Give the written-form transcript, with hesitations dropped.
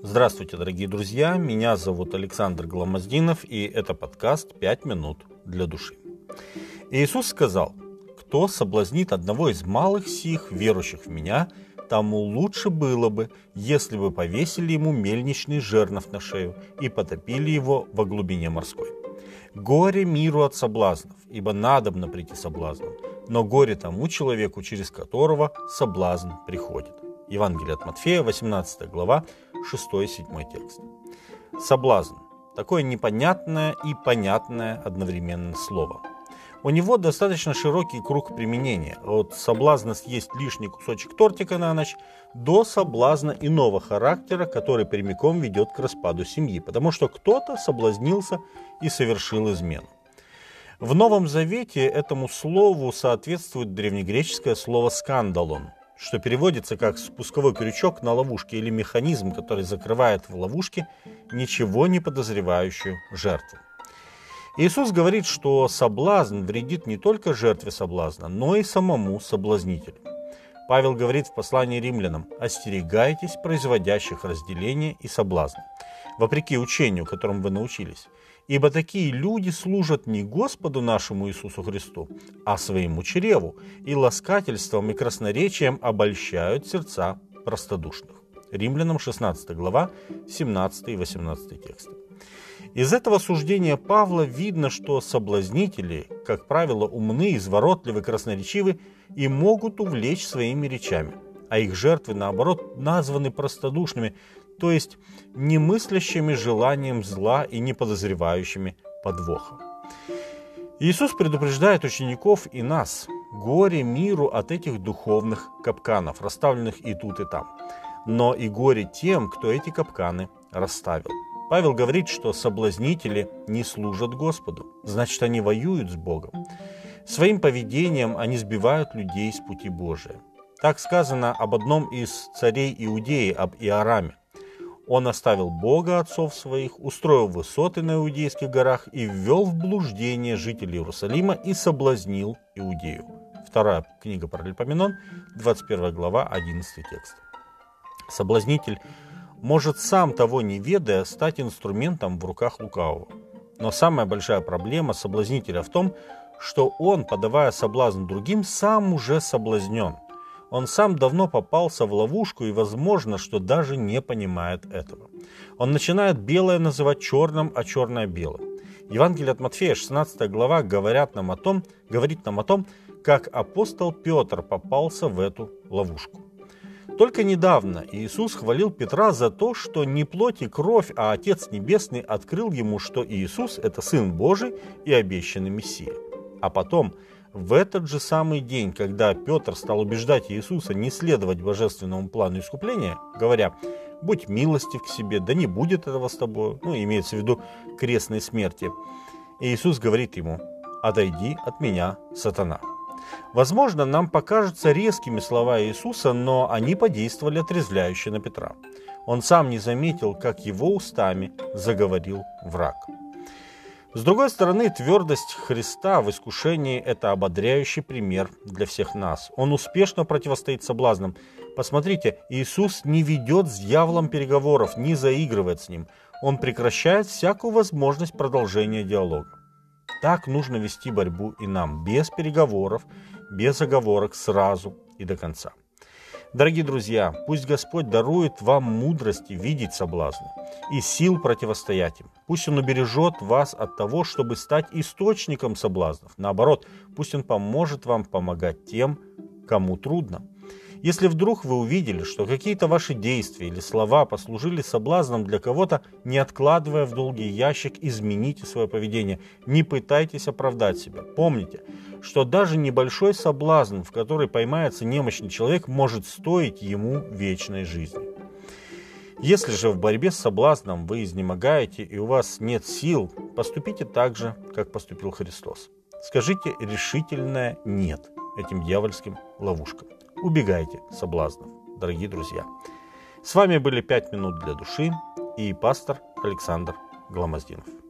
Здравствуйте, дорогие друзья, меня зовут Александр Гламоздинов, и это подкаст «5 минут для души». Иисус сказал: «Кто соблазнит одного из малых сих, верующих в Меня, тому лучше было бы, если бы повесили ему мельничный жернов на шею и потопили его во глубине морской. Горе миру от соблазнов, ибо надобно прийти соблазном, но горе тому человеку, через которого соблазн приходит». Евангелие от Матфея, 18 глава, 6-7 текст. Соблазн – такое непонятное и понятное одновременно слово. У него достаточно широкий круг применения, от соблазна съесть лишний кусочек тортика на ночь до соблазна иного характера, который прямиком ведет к распаду семьи, потому что кто-то соблазнился и совершил измену. В Новом Завете этому слову соответствует древнегреческое слово «скандалон», что переводится как спусковой крючок на ловушке или механизм, который закрывает в ловушке ничего не подозревающую жертву. Иисус говорит, что соблазн вредит не только жертве соблазна, но и самому соблазнителю. Павел говорит в послании римлянам: «Остерегайтесь производящих разделение и соблазн, вопреки учению, которым вы научились. Ибо такие люди служат не Господу нашему Иисусу Христу, а своему чреву, и ласкательством и красноречием обольщают сердца простодушных». Римлянам 16 глава, 17 и 18 тексты. Из этого суждения Павла видно, что соблазнители, как правило, умны, изворотливы, красноречивы и могут увлечь своими речами, а их жертвы, наоборот, названы простодушными, то есть немыслящими желанием зла и не подозревающими подвоха. Иисус предупреждает учеников и нас: горе миру от этих духовных капканов, расставленных и тут, и там. Но и горе тем, кто эти капканы расставил. Павел говорит, что соблазнители не служат Господу, значит, они воюют с Богом. Своим поведением они сбивают людей с пути Божия. Так сказано об одном из царей Иудеи, об Иораме. Он оставил Бога отцов своих, устроил высоты на Иудейских горах и ввел в блуждение жителей Иерусалима и соблазнил Иудею. Вторая книга Паралипоменон, 21 глава, 11 текст. Соблазнитель может, сам того не ведая, стать инструментом в руках лукавого. Но самая большая проблема соблазнителя в том, что он, подавая соблазн другим, сам уже соблазнен. Он сам давно попался в ловушку и, возможно, что даже не понимает этого. Он начинает белое называть черным, а черное белым. Евангелие от Матфея, 16 глава, говорит нам о том, как апостол Петр попался в эту ловушку. Только недавно Иисус хвалил Петра за то, что не плоть и кровь, а Отец Небесный открыл ему, что Иисус – это Сын Божий и обещанный Мессия. А потом, в этот же самый день, когда Петр стал убеждать Иисуса не следовать божественному плану искупления, говоря: «Будь милостив к себе, да не будет этого с тобой», имеется в виду крестной смерти, Иисус говорит ему: «Отойди от меня, сатана». Возможно, нам покажутся резкими слова Иисуса, но они подействовали отрезвляюще на Петра. Он сам не заметил, как его устами заговорил враг. С другой стороны, твердость Христа в искушении – это ободряющий пример для всех нас. Он успешно противостоит соблазнам. Посмотрите, Иисус не ведет с дьяволом переговоров, не заигрывает с ним. Он прекращает всякую возможность продолжения диалога. Так нужно вести борьбу и нам, без переговоров, без оговорок, сразу и до конца. Дорогие друзья, пусть Господь дарует вам мудрости видеть соблазны и сил противостоять им. Пусть Он убережет вас от того, чтобы стать источником соблазнов. Наоборот, пусть Он поможет вам помогать тем, кому трудно. Если вдруг вы увидели, что какие-то ваши действия или слова послужили соблазном для кого-то, не откладывая в долгий ящик, измените свое поведение. Не пытайтесь оправдать себя. Помните, что даже небольшой соблазн, в который поймается немощный человек, может стоить ему вечной жизни. Если же в борьбе с соблазном вы изнемогаете и у вас нет сил, поступите так же, как поступил Христос. Скажите решительное «нет» этим дьявольским ловушкам. Убегайте соблазнов, дорогие друзья. С вами были 5 минут для души и пастор Александр Гламоздинов.